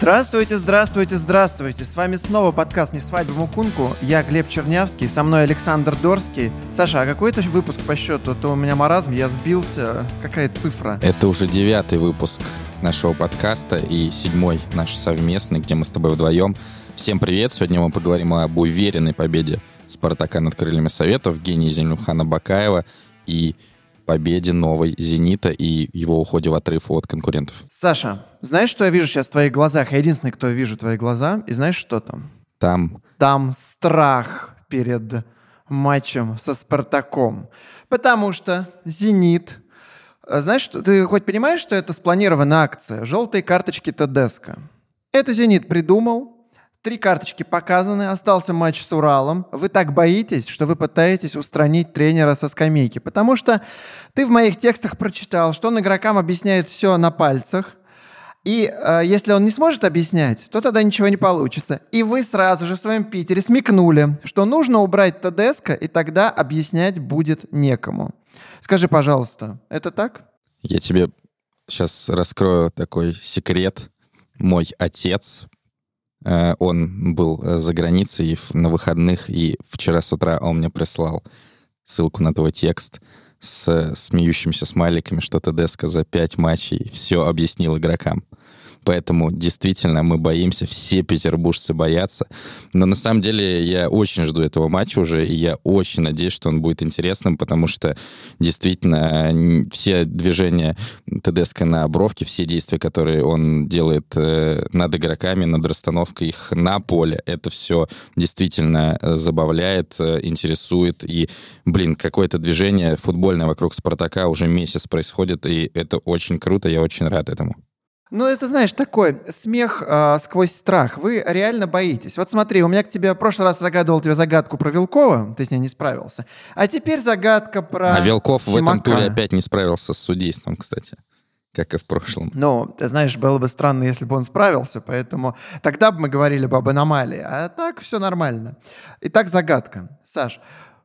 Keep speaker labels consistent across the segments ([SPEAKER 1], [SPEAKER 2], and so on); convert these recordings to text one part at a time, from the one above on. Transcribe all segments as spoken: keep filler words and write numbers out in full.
[SPEAKER 1] Здравствуйте, здравствуйте, здравствуйте. С вами снова подкаст «Не свадьба Мукунку». Я Глеб Чернявский, со мной Александр Дорский. Саша, а какой это выпуск по счету? То у меня маразм, я сбился. Какая цифра?
[SPEAKER 2] Это уже девятый выпуск нашего подкаста и седьмой наш совместный, где мы с тобой вдвоем. Всем привет! Сегодня мы поговорим об уверенной победе «Спартака» над крыльями Советов, гении Зелимхана Бакаева и победе новой «Зенита» и его уходе в отрыв от конкурентов.
[SPEAKER 1] Саша, знаешь, что я вижу сейчас в твоих глазах? Я единственный, кто вижу твои глаза. И знаешь, что там?
[SPEAKER 2] Там...
[SPEAKER 1] Там страх перед матчем со «Спартаком». Потому что «Зенит». Знаешь, что, ты хоть понимаешь, что это спланированная акция? Желтые карточки Тедеско. Это «Зенит» придумал. Три карточки показаны, остался матч с Уралом. Вы так боитесь, что вы пытаетесь устранить тренера со скамейки, потому что ты в моих текстах прочитал, что он игрокам объясняет все на пальцах, и э, если он не сможет объяснять, то тогда ничего не получится. И вы сразу же в своем Питере смекнули, что нужно убрать Тедеско, и тогда объяснять будет некому. Скажи, пожалуйста, это так?
[SPEAKER 2] Я тебе сейчас раскрою такой секрет. Мой отец... Он был за границей на выходных, и вчера с утра он мне прислал ссылку на твой текст с смеющимися смайликами, что Тедеско за пять матчей все объяснил игрокам. Поэтому действительно мы боимся, все петербуржцы боятся. Но на самом деле я очень жду этого матча уже, и я очень надеюсь, что он будет интересным, потому что действительно все движения Тедеско на бровке, все действия, которые он делает над игроками, над расстановкой их на поле, это все действительно забавляет, интересует. И, блин, какое-то движение футбольное вокруг «Спартака» уже месяц происходит, и это очень круто, я очень рад этому.
[SPEAKER 1] Ну, это, знаешь, такой смех э, сквозь страх. Вы реально боитесь. Вот смотри, у меня к тебе в прошлый раз загадывал тебе загадку про Вилкова, ты с ней не справился. А теперь загадка про
[SPEAKER 2] А Вилков
[SPEAKER 1] Симака.
[SPEAKER 2] В этом туре опять не справился с судейством, кстати, как и в прошлом.
[SPEAKER 1] Ну, ты знаешь, было бы странно, если бы он справился, поэтому тогда бы мы говорили бы об аномалии. А так все нормально. Итак, загадка. Саш,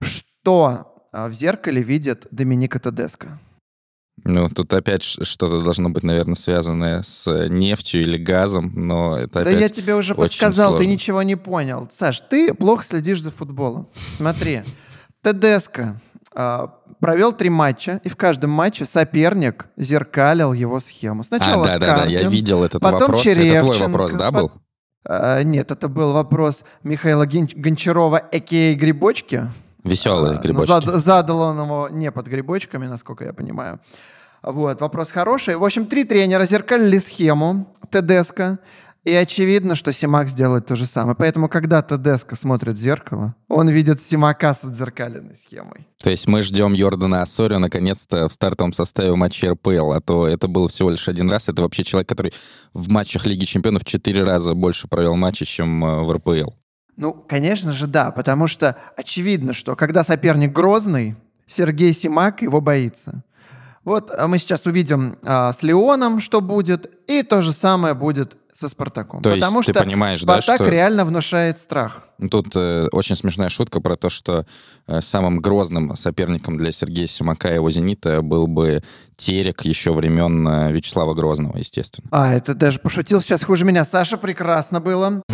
[SPEAKER 1] что в зеркале видит Доминика Тедеско?
[SPEAKER 2] Ну, тут опять что-то должно быть, наверное, связанное с нефтью или газом, но это опять
[SPEAKER 1] Да я тебе уже подсказал,
[SPEAKER 2] сложно.
[SPEAKER 1] Ты ничего не понял. Саш, ты плохо следишь за футболом. Смотри, Тедеско э, провел три матча, и в каждом матче соперник зеркалил его схему. Сначала
[SPEAKER 2] А, да-да-да, я видел этот
[SPEAKER 1] потом
[SPEAKER 2] вопрос.
[SPEAKER 1] Черевченко,
[SPEAKER 2] это твой вопрос, да, был?
[SPEAKER 1] Э, нет, это был вопрос Михаила Гон- Гончарова, а.к.а. Грибочки.
[SPEAKER 2] Веселые грибочки.
[SPEAKER 1] Зад, задал он его не под грибочками, насколько я понимаю. Вот, вопрос хороший. В общем, три тренера зеркалили схему Тедеско, и очевидно, что Симак сделает то же самое. Поэтому, когда Тедеско смотрит в зеркало, он видит Симака с отзеркаленной схемой.
[SPEAKER 2] То есть мы ждем Йордана Ассорио наконец-то в стартовом составе матча эр пэ эл, а то это было всего лишь один раз. Это вообще человек, который в матчах Лиги Чемпионов четыре раза больше провел матчей, чем в эр пэ эл.
[SPEAKER 1] Ну, конечно же, да, потому что очевидно, что когда соперник грозный, Сергей Симак его боится. Вот мы сейчас увидим а, с Лионом, что будет, и то же самое будет со Спартаком.
[SPEAKER 2] То
[SPEAKER 1] потому
[SPEAKER 2] есть
[SPEAKER 1] что
[SPEAKER 2] ты понимаешь,
[SPEAKER 1] Спартак
[SPEAKER 2] да, что...
[SPEAKER 1] реально внушает страх.
[SPEAKER 2] Тут э, очень смешная шутка про то, что э, самым грозным соперником для Сергея Симака и его «Зенита» был бы Терек еще времен э, Вячеслава Грозного, естественно.
[SPEAKER 1] А, это даже пошутил сейчас хуже меня. Саша, прекрасно было.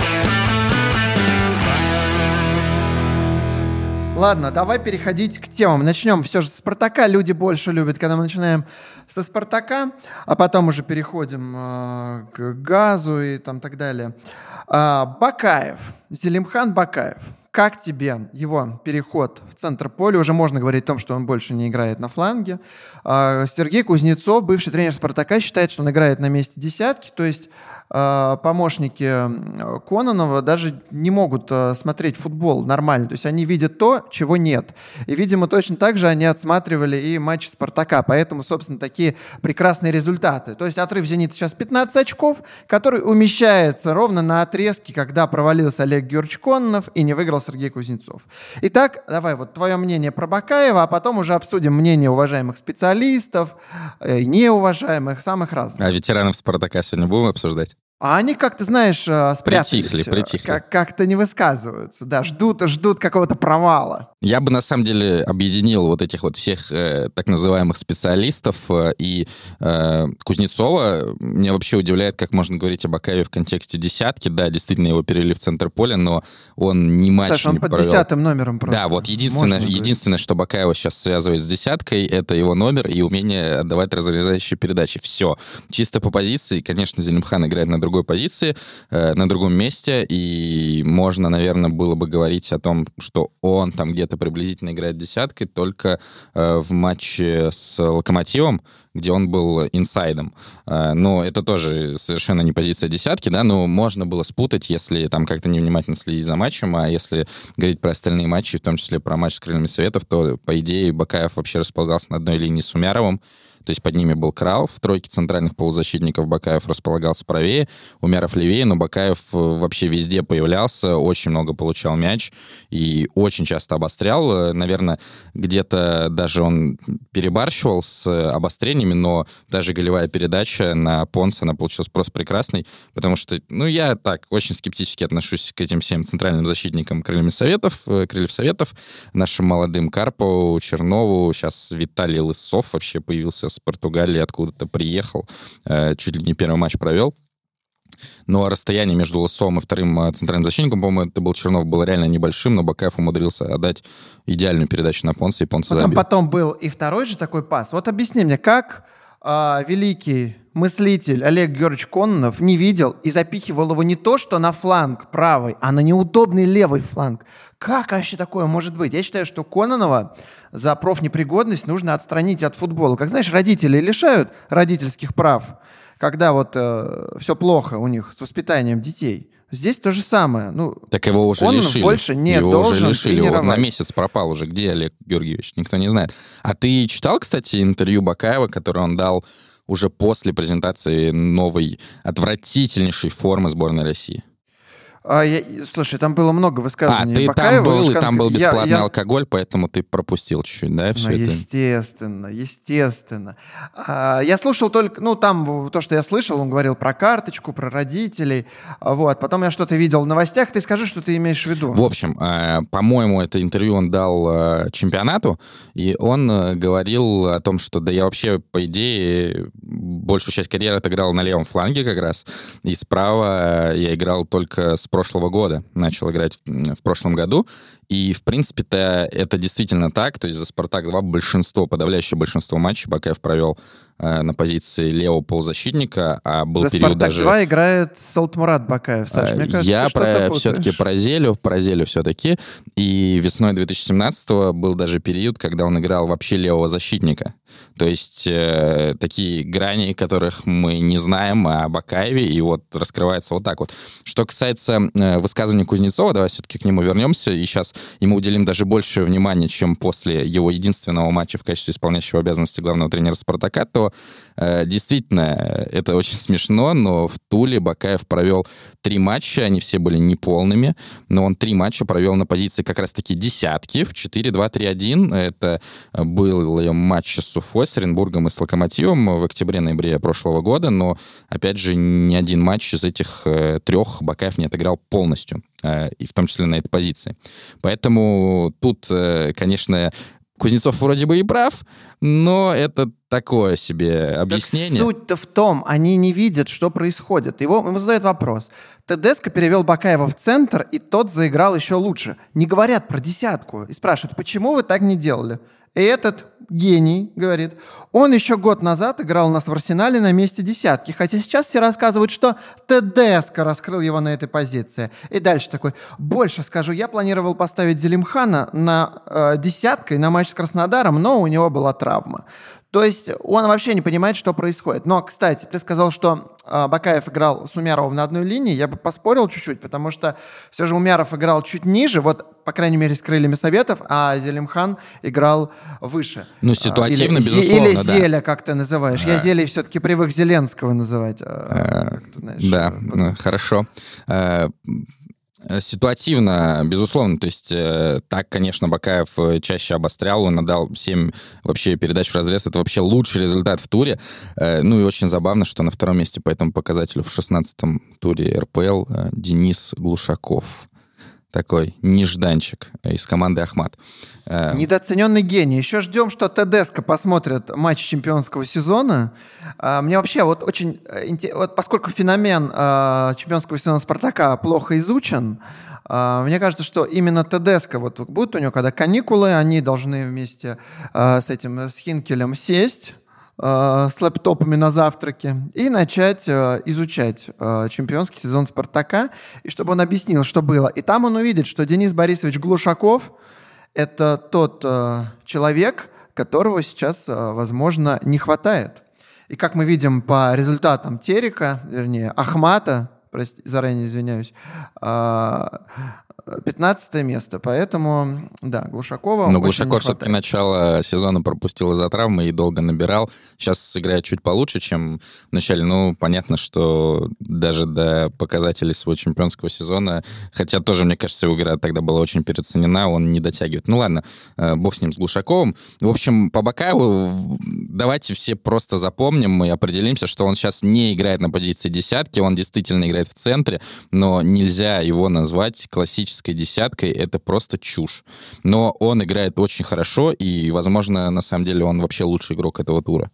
[SPEAKER 1] Ладно, давай переходить к темам. Начнем все же с «Спартака». Люди больше любят, когда мы начинаем со «Спартака», а потом уже переходим э, к «Газу» и там так далее. А, Бакаев, Зелимхан Бакаев. Как тебе его переход в центр поля? Уже можно говорить о том, что он больше не играет на фланге. А, Сергей Кузнецов, бывший тренер «Спартака», считает, что он играет на месте десятки, то есть помощники Кононова даже не могут смотреть футбол нормально. То есть они видят то, чего нет. И, видимо, точно так же они отсматривали и матч «Спартака». Поэтому, собственно, такие прекрасные результаты. То есть отрыв «Зенита» сейчас пятнадцать очков, который умещается ровно на отрезке, когда провалился Олег Георгиевич Кононов и не выиграл Сергей Кузнецов. Итак, давай вот твое мнение про Бакаева, а потом уже обсудим мнение уважаемых специалистов, неуважаемых, самых разных.
[SPEAKER 2] А ветеранов «Спартака» сегодня будем обсуждать?
[SPEAKER 1] А они, как ты знаешь, спрятались.
[SPEAKER 2] Притихли, притихли.
[SPEAKER 1] Как- как-то не высказываются, да, ждут, ждут какого-то провала.
[SPEAKER 2] Я бы, на самом деле, объединил вот этих вот всех э, так называемых специалистов э, и э, Кузнецова. Меня вообще удивляет, как можно говорить о Бакаеве в контексте десятки. Да, действительно, его перевели в центр поля, но он ни матч
[SPEAKER 1] Саша, он
[SPEAKER 2] не
[SPEAKER 1] под
[SPEAKER 2] провел.
[SPEAKER 1] десятым номером просто.
[SPEAKER 2] Да, вот единственное, единственное, что Бакаева сейчас связывает с десяткой, это его номер и умение отдавать разрезающие передачи. Все. Чисто по позиции. Конечно, Зелимхан играет на другой позиции, э, на другом месте, и можно, наверное, было бы говорить о том, что он там где-то приблизительно играет десяткой только э, в матче с Локомотивом, где он был инсайдом. Э, но это тоже совершенно не позиция десятки, да, но можно было спутать, если там как-то невнимательно следить за матчем, а если говорить про остальные матчи, в том числе про матч с Крыльями Советов, то, по идее, Бакаев вообще располагался на одной линии с Умяровым. То есть под ними был Крал, в тройке центральных полузащитников Бакаев располагался правее, Умяров левее, но Бакаев вообще везде появлялся, очень много получал мяч и очень часто обострял. Наверное, где-то даже он перебарщивал с обострениями, но даже голевая передача на Понса, она получилась просто прекрасной, потому что, ну, я так очень скептически отношусь к этим всем центральным защитникам Крыльями Советов, Крыльев Советов, нашим молодым Карпову, Чернову, сейчас Виталий Лысов вообще появился с Португалии, откуда-то приехал, чуть ли не первый матч провел. Но расстояние между Лысовым и вторым центральным защитником, по-моему, это был Чернов, было реально небольшим, но Бакаев умудрился отдать идеальную передачу на Понса, и Понса
[SPEAKER 1] Потом,
[SPEAKER 2] забил.
[SPEAKER 1] потом был и второй же такой пас. Вот объясни мне, как э, великий мыслитель Олег Георгиевич Кононов не видел и запихивал его не то, что на фланг правый, а на неудобный левый фланг. Как вообще такое может быть? Я считаю, что Кононова за профнепригодность нужно отстранить от футбола. Как знаешь, родители лишают родительских прав, когда вот э, все плохо у них с воспитанием детей. Здесь то же самое. Ну,
[SPEAKER 2] так его уже
[SPEAKER 1] Кононов
[SPEAKER 2] лишили.
[SPEAKER 1] больше не
[SPEAKER 2] его
[SPEAKER 1] должен
[SPEAKER 2] уже лишили.
[SPEAKER 1] тренировать.
[SPEAKER 2] Он на месяц пропал уже. Где Олег Георгиевич? Никто не знает. А ты читал, кстати, интервью Бакаева, которое он дал уже после презентации новой отвратительнейшей формы сборной России?
[SPEAKER 1] А, я, слушай, там было много высказываний
[SPEAKER 2] А, ты
[SPEAKER 1] Бакаева.
[SPEAKER 2] там был,
[SPEAKER 1] уж
[SPEAKER 2] и
[SPEAKER 1] кон-
[SPEAKER 2] там был бесплатный
[SPEAKER 1] я, я...
[SPEAKER 2] алкоголь, поэтому ты пропустил чуть-чуть, да, все
[SPEAKER 1] Ну,
[SPEAKER 2] это?
[SPEAKER 1] естественно, естественно. А, я слушал только, ну, там то, что я слышал, он говорил про карточку, про родителей, а, вот. Потом я что-то видел в новостях, ты скажи, что ты имеешь в виду.
[SPEAKER 2] В общем, э, по-моему, это интервью он дал э, чемпионату, и он э, говорил о том, что, да я вообще, по идее, большую часть карьеры отыграл на левом фланге как раз, и справа я играл только с прошлого года, начал играть в, в прошлом году, и, в принципе-то, это действительно так, то есть за «Спартак-два» большинство, подавляющее большинство матчей Бакаев провел э, на позиции левого полузащитника, а был
[SPEAKER 1] За
[SPEAKER 2] период даже...
[SPEAKER 1] «Спартак-два» играет Салтмурат Бакаев, Саш, мне кажется,
[SPEAKER 2] Я
[SPEAKER 1] ты что-то
[SPEAKER 2] про,
[SPEAKER 1] путаешь.
[SPEAKER 2] все-таки про Зелю, про Зелю все-таки, и весной две тысячи семнадцатого был даже период, когда он играл вообще левого защитника, то есть э, такие грани, которых мы не знаем о Бакаеве, и вот раскрывается вот так вот. Что касается э, высказывания Кузнецова, давай все-таки к нему вернемся, и сейчас ему уделим даже больше внимания, чем после его единственного матча в качестве исполняющего обязанности главного тренера «Спартака», то э, действительно это очень смешно, но в Туле Бакаев провел три матча, они все были неполными, но он три матча провел на позиции как раз-таки десятки в четыре два три один. Это был матч с Уфой, с Оренбургом и с Локомотивом в октябре-ноябре прошлого года, но, опять же, ни один матч из этих э, трех Бакаев не отыграл полностью, э, и в том числе на этой позиции. Поэтому тут, э, конечно, Кузнецов вроде бы и прав, но это такое себе объяснение.
[SPEAKER 1] Так суть-то в том, они не видят, что происходит. Его, ему задают вопрос. Тедеско перевел Бакаева в центр, и тот заиграл еще лучше. Не говорят про десятку. И спрашивают, почему вы так не делали? И этот гений говорит, он еще год назад играл у нас в Арсенале на месте десятки, хотя сейчас все рассказывают, что Тедеско раскрыл его на этой позиции. И дальше такой, больше скажу, я планировал поставить Зелимхана на э, десяткой на матч с Краснодаром, но у него была травма. То есть он вообще не понимает, что происходит. Но, кстати, ты сказал, что э, Бакаев играл с Умяровым на одной линии. Я бы поспорил чуть-чуть, потому что все же Умяров играл чуть ниже, вот, по крайней мере, с Крыльями Советов, а Зелимхан играл выше.
[SPEAKER 2] Ну, ситуативно,
[SPEAKER 1] или,
[SPEAKER 2] безусловно,
[SPEAKER 1] или
[SPEAKER 2] да.
[SPEAKER 1] Зеля, как ты называешь.
[SPEAKER 2] А.
[SPEAKER 1] Я Зелей все-таки привык Зеленского называть. А,
[SPEAKER 2] А,
[SPEAKER 1] как ты знаешь,
[SPEAKER 2] да,
[SPEAKER 1] вот.
[SPEAKER 2] хорошо. Ситуативно, безусловно. То есть э, так, конечно, Бакаев чаще обострял, он отдал семь вообще передач в разрез. Это вообще лучший результат в туре. Э, ну и очень забавно, что на втором месте по этому показателю в шестнадцатом туре эр пэ эл э, Денис Глушаков. Такой нежданчик из команды «Ахмат».
[SPEAKER 1] Недооцененный гений. Еще ждем, что Тедеско посмотрит матч чемпионского сезона. Мне вообще вот очень... Вот поскольку феномен чемпионского сезона «Спартака» плохо изучен, мне кажется, что именно Тедеско, вот будут у него когда каникулы, они должны вместе с этим, с Хинкелем сесть с лэптопами на завтраке и начать э, изучать э, чемпионский сезон «Спартака», и чтобы он объяснил, что было. И там он увидит, что Денис Борисович Глушаков — это тот э, человек, которого сейчас, э, возможно, не хватает. И как мы видим по результатам Терека, вернее, Ахмата, прости, заранее извиняюсь, э, пятнадцатое место, поэтому, да, Глушакова
[SPEAKER 2] Но
[SPEAKER 1] очень
[SPEAKER 2] Глушаков все-таки начало сезона пропустил из-за травмы и долго набирал. Сейчас сыграет чуть получше, чем в начале. Ну, понятно, что даже до показателей своего чемпионского сезона, хотя тоже, мне кажется, его игра тогда была очень переоценена, он не дотягивает. Ну ладно, бог с ним, с Глушаковым. В общем, по Бакаеву давайте все просто запомним и определимся, что он сейчас не играет на позиции десятки, он действительно играет в центре, но нельзя его назвать классическим десяткой, это просто чушь. Но он играет очень хорошо, и, возможно, на самом деле он вообще лучший игрок этого тура.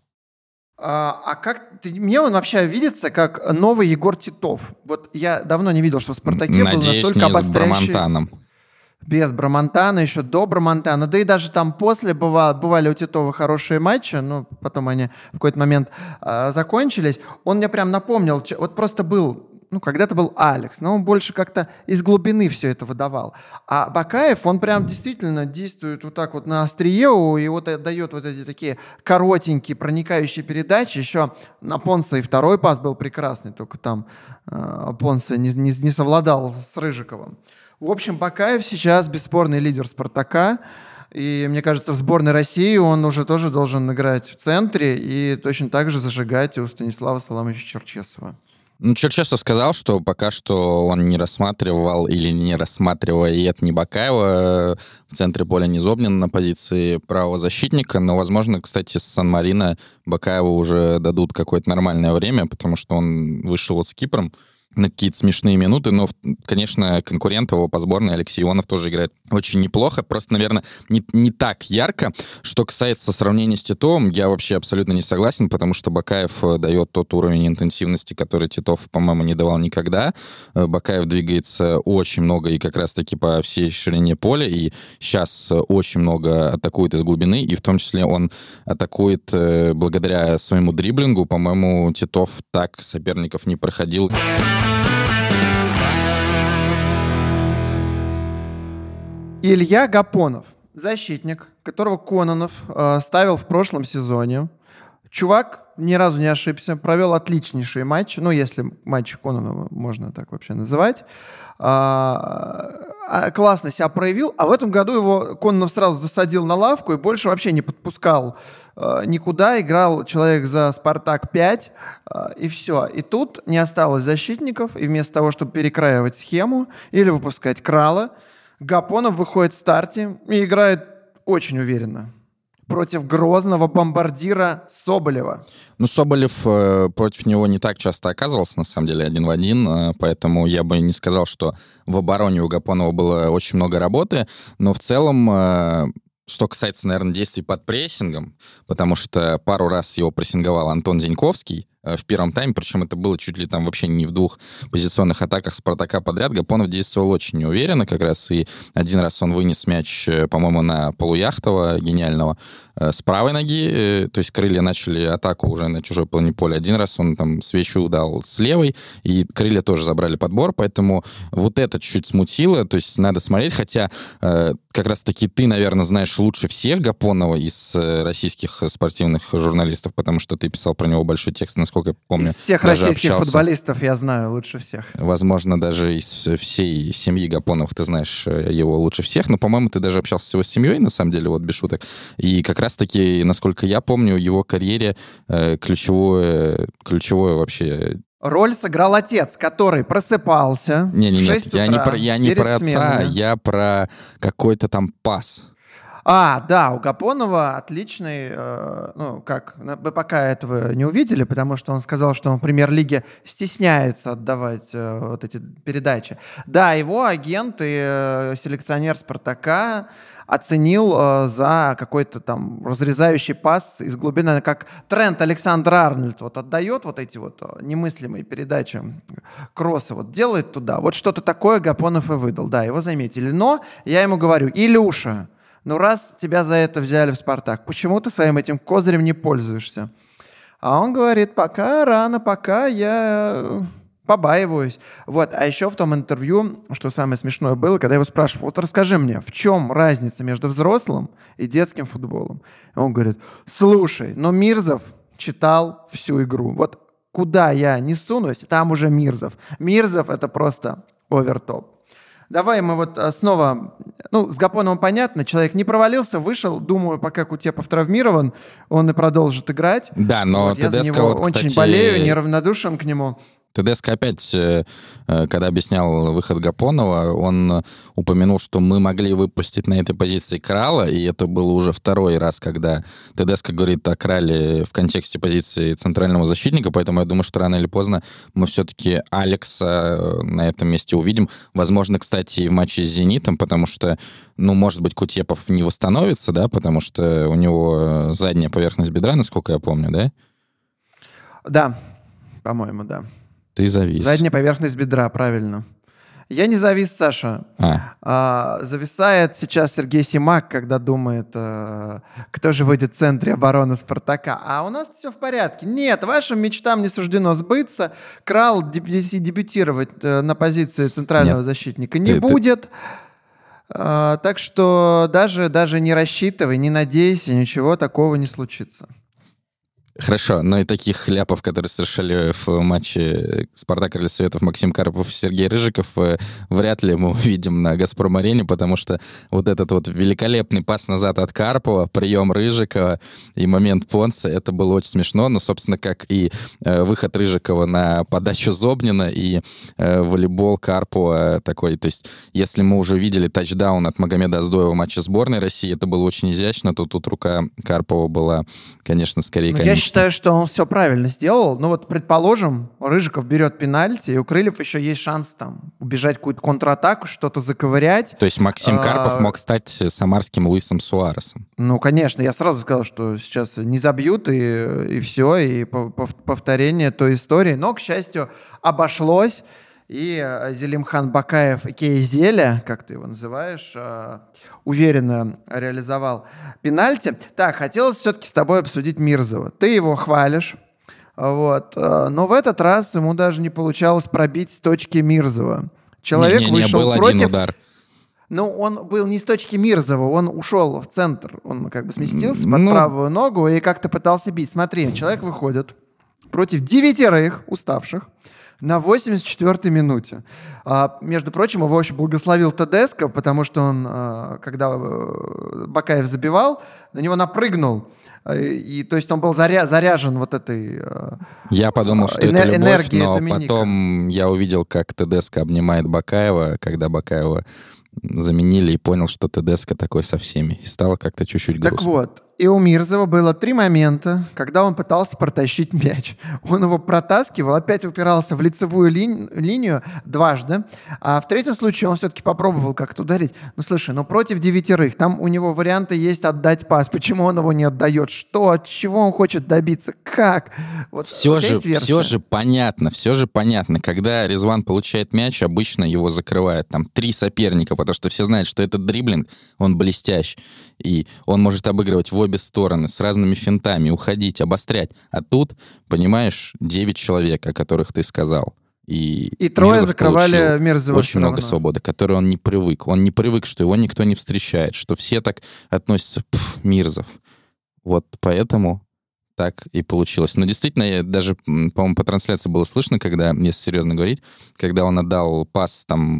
[SPEAKER 1] А, а как ты, мне он вообще видится как новый Егор Титов. Вот я давно не видел, что в «Спартаке»
[SPEAKER 2] Надеюсь,
[SPEAKER 1] был настолько
[SPEAKER 2] не
[SPEAKER 1] обостряющий...
[SPEAKER 2] с Брамонтаном.
[SPEAKER 1] Без Брамонтана, еще до Брамонтана. Да и даже там после бывало, бывали у Титова хорошие матчи, но потом они в какой-то момент а, закончились. Он мне прям напомнил, вот просто был... Ну, когда-то был Алекс, но он больше как-то из глубины все это выдавал. А Бакаев, он прям действительно действует вот так вот на острие, и вот дает вот эти такие коротенькие, проникающие передачи. Еще на Понса и второй пас был прекрасный, только там э, Понса не, не, не совладал с Рыжиковым. В общем, Бакаев сейчас бесспорный лидер «Спартака». И мне кажется, в сборной России он уже тоже должен играть в центре и точно так же зажигать у Станислава Саламовича Черчесова.
[SPEAKER 2] Ну, Черчесов сказал, что пока что он не рассматривал или не рассматривает ни Бакаева в центре поля, ни Зобнина на позиции правого защитника, но, возможно, кстати, с Сан-Марино Бакаеву уже дадут какое-то нормальное время, потому что он вышел вот с Кипром на какие-то смешные минуты, но, конечно, конкурент его по сборной Алексей Ионов тоже играет очень неплохо, просто, наверное, не, не так ярко. Что касается сравнения с Титовым, я вообще абсолютно не согласен, потому что Бакаев дает тот уровень интенсивности, который Титов, по-моему, не давал никогда. Бакаев двигается очень много и как раз-таки по всей ширине поля, и сейчас очень много атакует из глубины, и в том числе он атакует благодаря своему дриблингу. По-моему, Титов так соперников не проходил.
[SPEAKER 1] Илья Гапонов, защитник, которого Кононов э, ставил в прошлом сезоне. Чувак ни разу не ошибся, провел отличнейшие матчи, ну, если матчи Кононова можно так вообще называть. А, классно себя проявил, а в этом году его Кононов сразу засадил на лавку и больше вообще не подпускал а, никуда. Играл человек за «Спартак» пять, а, и все. И тут не осталось защитников, и вместо того, чтобы перекраивать схему или выпускать Крала, Гапонов выходит в старте и играет очень уверенно против грозного бомбардира Соболева.
[SPEAKER 2] Ну, Соболев э, против него не так часто оказывался, на самом деле, один в один, э, поэтому я бы не сказал, что в обороне у Гапонова было очень много работы, но в целом... Э, Что касается, наверное, действий под прессингом, потому что пару раз его прессинговал Антон Зиньковский э, в первом тайме, причем это было чуть ли там вообще не в двух позиционных атаках Спартака подряд. Гапонов действовал очень неуверенно как раз, и один раз он вынес мяч, по-моему, на Полуяхтова гениального э, с правой ноги, э, то есть крылья начали атаку уже на чужой половине поля. Один раз он там свечу дал с левой, и крылья тоже забрали подбор, поэтому вот это чуть-чуть смутило, то есть надо смотреть, хотя э, как раз-таки ты, наверное, знаешь лучше всех Гапонова из э, российских спортивных журналистов, потому что ты писал про него большой текст, насколько я помню.
[SPEAKER 1] Из всех российских общался. Футболистов я знаю лучше всех.
[SPEAKER 2] Возможно, даже из всей семьи Гапоновых ты знаешь его лучше всех, но, по-моему, ты даже общался с его семьей, на самом деле, вот без шуток. И как раз-таки, насколько я помню, в его карьере э, ключевое, ключевое вообще...
[SPEAKER 1] Роль сыграл отец, который просыпался
[SPEAKER 2] не, не,
[SPEAKER 1] в
[SPEAKER 2] нет,
[SPEAKER 1] шесть
[SPEAKER 2] я
[SPEAKER 1] утра
[SPEAKER 2] не про, я не
[SPEAKER 1] перед
[SPEAKER 2] про отца,
[SPEAKER 1] сменами.
[SPEAKER 2] я про какой-то там пас.
[SPEAKER 1] А, да, у Гапонова отличный, э, ну, как, мы пока этого не увидели, потому что он сказал, что он в премьер-лиге стесняется отдавать э, вот эти передачи. Да, его агент и э, селекционер «Спартака» оценил э, за какой-то там разрезающий пас из глубины, как Трент Александр-Арнольд вот отдает вот эти вот немыслимые передачи, кроссы вот делает туда. Вот что-то такое Гапонов и выдал. Да, его заметили. Но я ему говорю: Илюша, ну раз тебя за это взяли в «Спартак», почему ты своим этим козырем не пользуешься? А он говорит: пока рано, пока я побаиваюсь. Вот. А еще в том интервью, что самое смешное было, когда я его спрашивал: вот расскажи мне, в чем разница между взрослым и детским футболом? И он говорит: слушай, ну Мирзов читал всю игру. Вот куда я не сунусь, там уже Мирзов. Мирзов — это просто овертоп. Давай мы вот снова... Ну, с Гапоновым понятно, человек не провалился, вышел. Думаю, пока Кутепов травмирован, он и продолжит играть.
[SPEAKER 2] Да, но
[SPEAKER 1] вот, я за
[SPEAKER 2] ТДСК
[SPEAKER 1] него
[SPEAKER 2] вот,
[SPEAKER 1] очень
[SPEAKER 2] кстати...
[SPEAKER 1] болею, неравнодушен к нему.
[SPEAKER 2] ТДСК опять, когда объяснял выход Гапонова, он упомянул, что мы могли выпустить на этой позиции Крала, и это было уже второй раз, когда ТДСК говорит о Крале в контексте позиции центрального защитника, поэтому я думаю, что рано или поздно мы все-таки Алекса на этом месте увидим. Возможно, кстати, и в матче с «Зенитом», потому что, ну, может быть, Кутепов не восстановится, да, потому что у него задняя поверхность бедра, насколько я помню, да?
[SPEAKER 1] Да, по-моему, да.
[SPEAKER 2] Ты завис.
[SPEAKER 1] Задняя поверхность бедра, правильно. Я не завис, Саша.
[SPEAKER 2] А.
[SPEAKER 1] А, зависает сейчас Сергей Симак, когда думает, а, кто же выйдет в центре обороны «Спартака». А у нас все в порядке. Нет, вашим мечтам не суждено сбыться. Крал дебю- дебютировать на позиции центрального Нет. защитника не ты, будет. Ты... А, так что даже, даже не рассчитывай, не надейся, ничего такого не случится.
[SPEAKER 2] Хорошо, но и таких хляпов, которые совершали в матче «Спартак» Крылья Советов Максим Карпов и Сергей Рыжиков, вряд ли мы увидим на «Газпром-арене», потому что вот этот вот великолепный пас назад от Карпова, прием Рыжикова и момент Понса, это было очень смешно, но, собственно, как и выход Рыжикова на подачу Зобнина и волейбол Карпова такой. То есть, если мы уже видели тачдаун от Магомеда Аздоева в матче сборной России, это было очень изящно, то тут рука Карпова была, конечно, скорее комичной.
[SPEAKER 1] Я считаю, что он все правильно сделал. Ну вот, предположим, Рыжиков берет пенальти, и у Крыльев еще есть шанс там убежать в какую-то контратаку, что-то заковырять.
[SPEAKER 2] То есть Максим Карпов а... мог стать самарским Луисом Суаресом?
[SPEAKER 1] Ну, конечно. Я сразу сказал, что сейчас не забьют, и, и все, и повторение той истории. Но, к счастью, обошлось. И Зелимхан Бакаев, а.к.а. Зеля, как ты его называешь, уверенно реализовал пенальти. Так, хотелось все-таки с тобой обсудить Мирзова. Ты его хвалишь, вот, но в этот раз ему даже не получалось пробить с точки Мирзова. Человек
[SPEAKER 2] не, не, не,
[SPEAKER 1] вышел
[SPEAKER 2] был
[SPEAKER 1] против...
[SPEAKER 2] один удар.
[SPEAKER 1] Ну, он был не с точки Мирзова, он ушел в центр. Он как бы сместился под
[SPEAKER 2] ну...
[SPEAKER 1] правую ногу и как-то пытался бить. Смотри, человек выходит против девятерых уставших на восемьдесят четвёртой минуте. А, между прочим, его очень благословил Тедеско, потому что он, а, когда Бакаев забивал, на него напрыгнул. И, и, то есть он был заря, заряжен вот этой
[SPEAKER 2] Я подумал, что
[SPEAKER 1] энер-
[SPEAKER 2] это любовь, но
[SPEAKER 1] Доминика.
[SPEAKER 2] Потом я увидел, как Тедеско обнимает Бакаева, когда Бакаева заменили, и понял, что Тедеско такой со всеми. И стало как-то чуть-чуть грустно.
[SPEAKER 1] Так вот, и у Мирзова было три момента, когда он пытался протащить мяч. Он его протаскивал, опять упирался в лицевую ли- линию дважды, а в третьем случае он все-таки попробовал как-то ударить. Ну, слушай, ну против девятерых, там у него варианты есть отдать пас. Почему он его не отдает? Что? От чего он хочет добиться? Как? Вот,
[SPEAKER 2] все, же, все же понятно, все же понятно. Когда Резван получает мяч, обычно его закрывают там три соперника, потому что все знают, что этот дриблинг, он блестящ. И он может обыгрывать в обе стороны с разными финтами, уходить, обострять. А тут, понимаешь, девять человек, о которых ты сказал. И,
[SPEAKER 1] и трое закрывали Мирзова.
[SPEAKER 2] Очень много свободы, которой он не привык. Он не привык, что его никто не встречает, что все так относятся: пф, Мирзов. Вот поэтому так и получилось. Но действительно, я даже, по-моему, по трансляции было слышно, когда, если серьезно говорить, когда он отдал пас там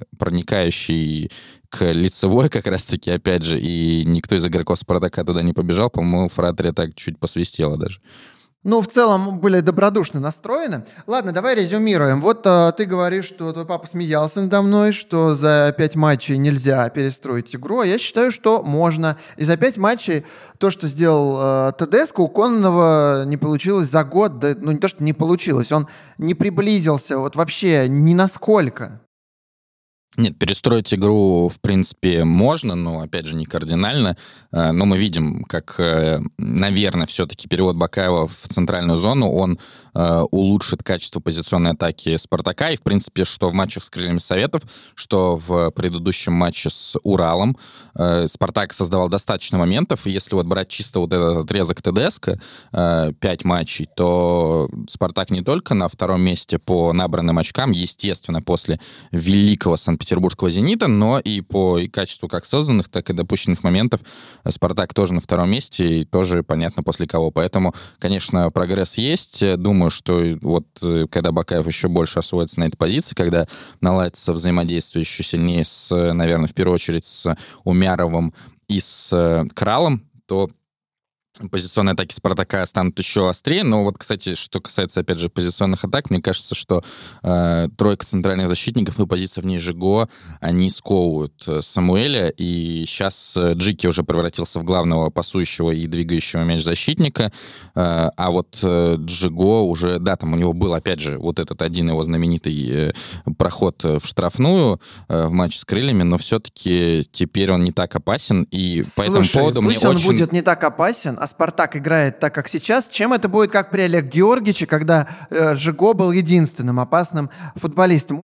[SPEAKER 2] проникающий к лицевой как раз-таки, опять же, и никто из игроков Спартака туда не побежал, по-моему, Фратрия так чуть посвистела даже.
[SPEAKER 1] Ну, в целом, были добродушно настроены. Ладно, давай резюмируем. Вот а, ты говоришь, что твой папа смеялся надо мной, что за пять матчей нельзя перестроить игру, а я считаю, что можно. И за пять матчей то, что сделал а, Тедеско, у Кононова не получилось за год. Да, ну, не то, что не получилось, он не приблизился вот вообще ни насколько.
[SPEAKER 2] Нет, перестроить игру, в принципе, можно, но, опять же, не кардинально. Но мы видим, как, наверное, все-таки перевод Бакаева в центральную зону, он улучшит качество позиционной атаки «Спартака». И, в принципе, что в матчах с «Крыльями Советов», что в предыдущем матче с «Уралом» «Спартак» создавал достаточно моментов. И если вот брать чисто вот этот отрезок Тедеско, пять матчей, то «Спартак» не только на втором месте по набранным очкам, естественно, после великого Санкт-Петербургского «Зенита», но и по и качеству как созданных, так и допущенных моментов «Спартак» тоже на втором месте, и тоже понятно, после кого. Поэтому, конечно, прогресс есть. Думаю, что вот когда Бакаев еще больше освоится на этой позиции, когда наладится взаимодействие еще сильнее с, наверное, в первую очередь с Умяровым и с Кралом, то позиционные атаки «Спартака» станут еще острее. Но вот, кстати, что касается, опять же, позиционных атак, мне кажется, что э, тройка центральных защитников и позиция вне Жиго, они сковывают Самуэля. И сейчас Джики уже превратился в главного пасующего и двигающего мяч защитника. Э, а вот э, Джиго уже, да, там у него был, опять же, вот этот один его знаменитый э, проход в штрафную э, в матче с «Крыльями», но все-таки теперь он не так опасен. И
[SPEAKER 1] Слушай,
[SPEAKER 2] по этому поводу
[SPEAKER 1] пусть
[SPEAKER 2] мне
[SPEAKER 1] он
[SPEAKER 2] очень...
[SPEAKER 1] будет не так опасен, а «Спартак» играет так, как сейчас, чем это будет, как при Олег Георгиевиче, когда э, Жиго был единственным опасным футболистом.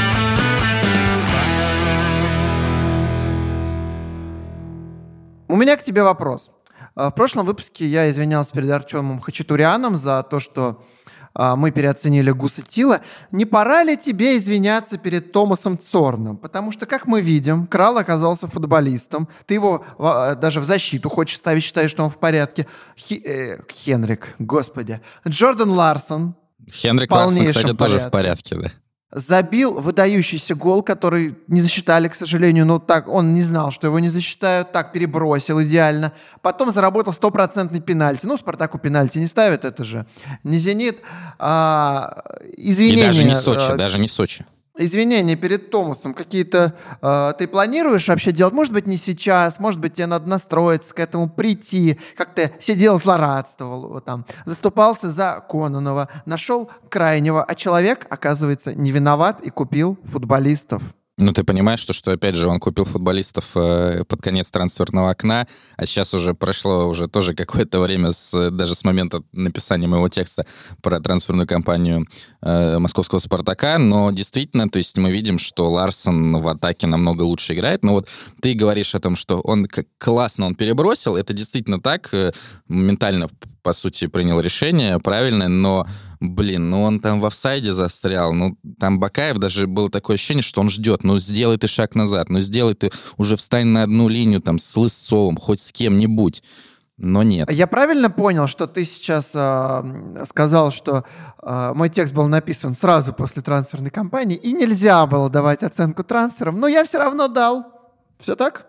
[SPEAKER 1] У меня к тебе вопрос. В прошлом выпуске я извинялся перед Артемом Хачатуряном за то, что а, мы переоценили Гуса Тила. Не пора ли тебе извиняться перед Томасом Цорном? Потому что, как мы видим, Крал оказался футболистом. Ты его а, даже в защиту хочешь ставить, считаешь, что он в порядке. Хи, э, Хенрик, господи. Джордан Ларсон.
[SPEAKER 2] Хенрик Ларсон, кстати, тоже в порядке, да.
[SPEAKER 1] Забил выдающийся гол, который не засчитали, к сожалению. Но так он не знал, что его не засчитают. Так перебросил идеально. Потом заработал стопроцентный пенальти. Ну, Спартаку пенальти не ставят, это же не «Зенит». А, извинения.
[SPEAKER 2] И даже не Сочи, а, даже не Сочи.
[SPEAKER 1] Извинения перед Томасом какие-то э, ты планируешь вообще делать? Может быть, не сейчас, может быть, тебе надо настроиться к этому, прийти, как ты сидел, злорадствовал, вот там, заступался за Кононова, нашел крайнего, а человек, оказывается, не виноват и купил футболистов.
[SPEAKER 2] Ну, ты понимаешь, что, что, опять же, он купил футболистов э, под конец трансферного окна, а сейчас уже прошло уже тоже какое-то время, с, даже с момента написания моего текста про трансферную кампанию э, московского «Спартака», но действительно, то есть мы видим, что Ларсон в атаке намного лучше играет, но вот ты говоришь о том, что он как классно он перебросил, это действительно так, э, моментально, по сути, принял решение правильное, но блин, ну он там в офсайде застрял, ну там Бакаев даже было такое ощущение, что он ждет, ну сделай ты шаг назад, ну сделай ты, уже встань на одну линию там с Лысцовым, хоть с кем-нибудь, но нет.
[SPEAKER 1] Я правильно понял, что ты сейчас э, сказал, что э, мой текст был написан сразу после трансферной кампании, и нельзя было давать оценку трансферам, но я все равно дал. Все так?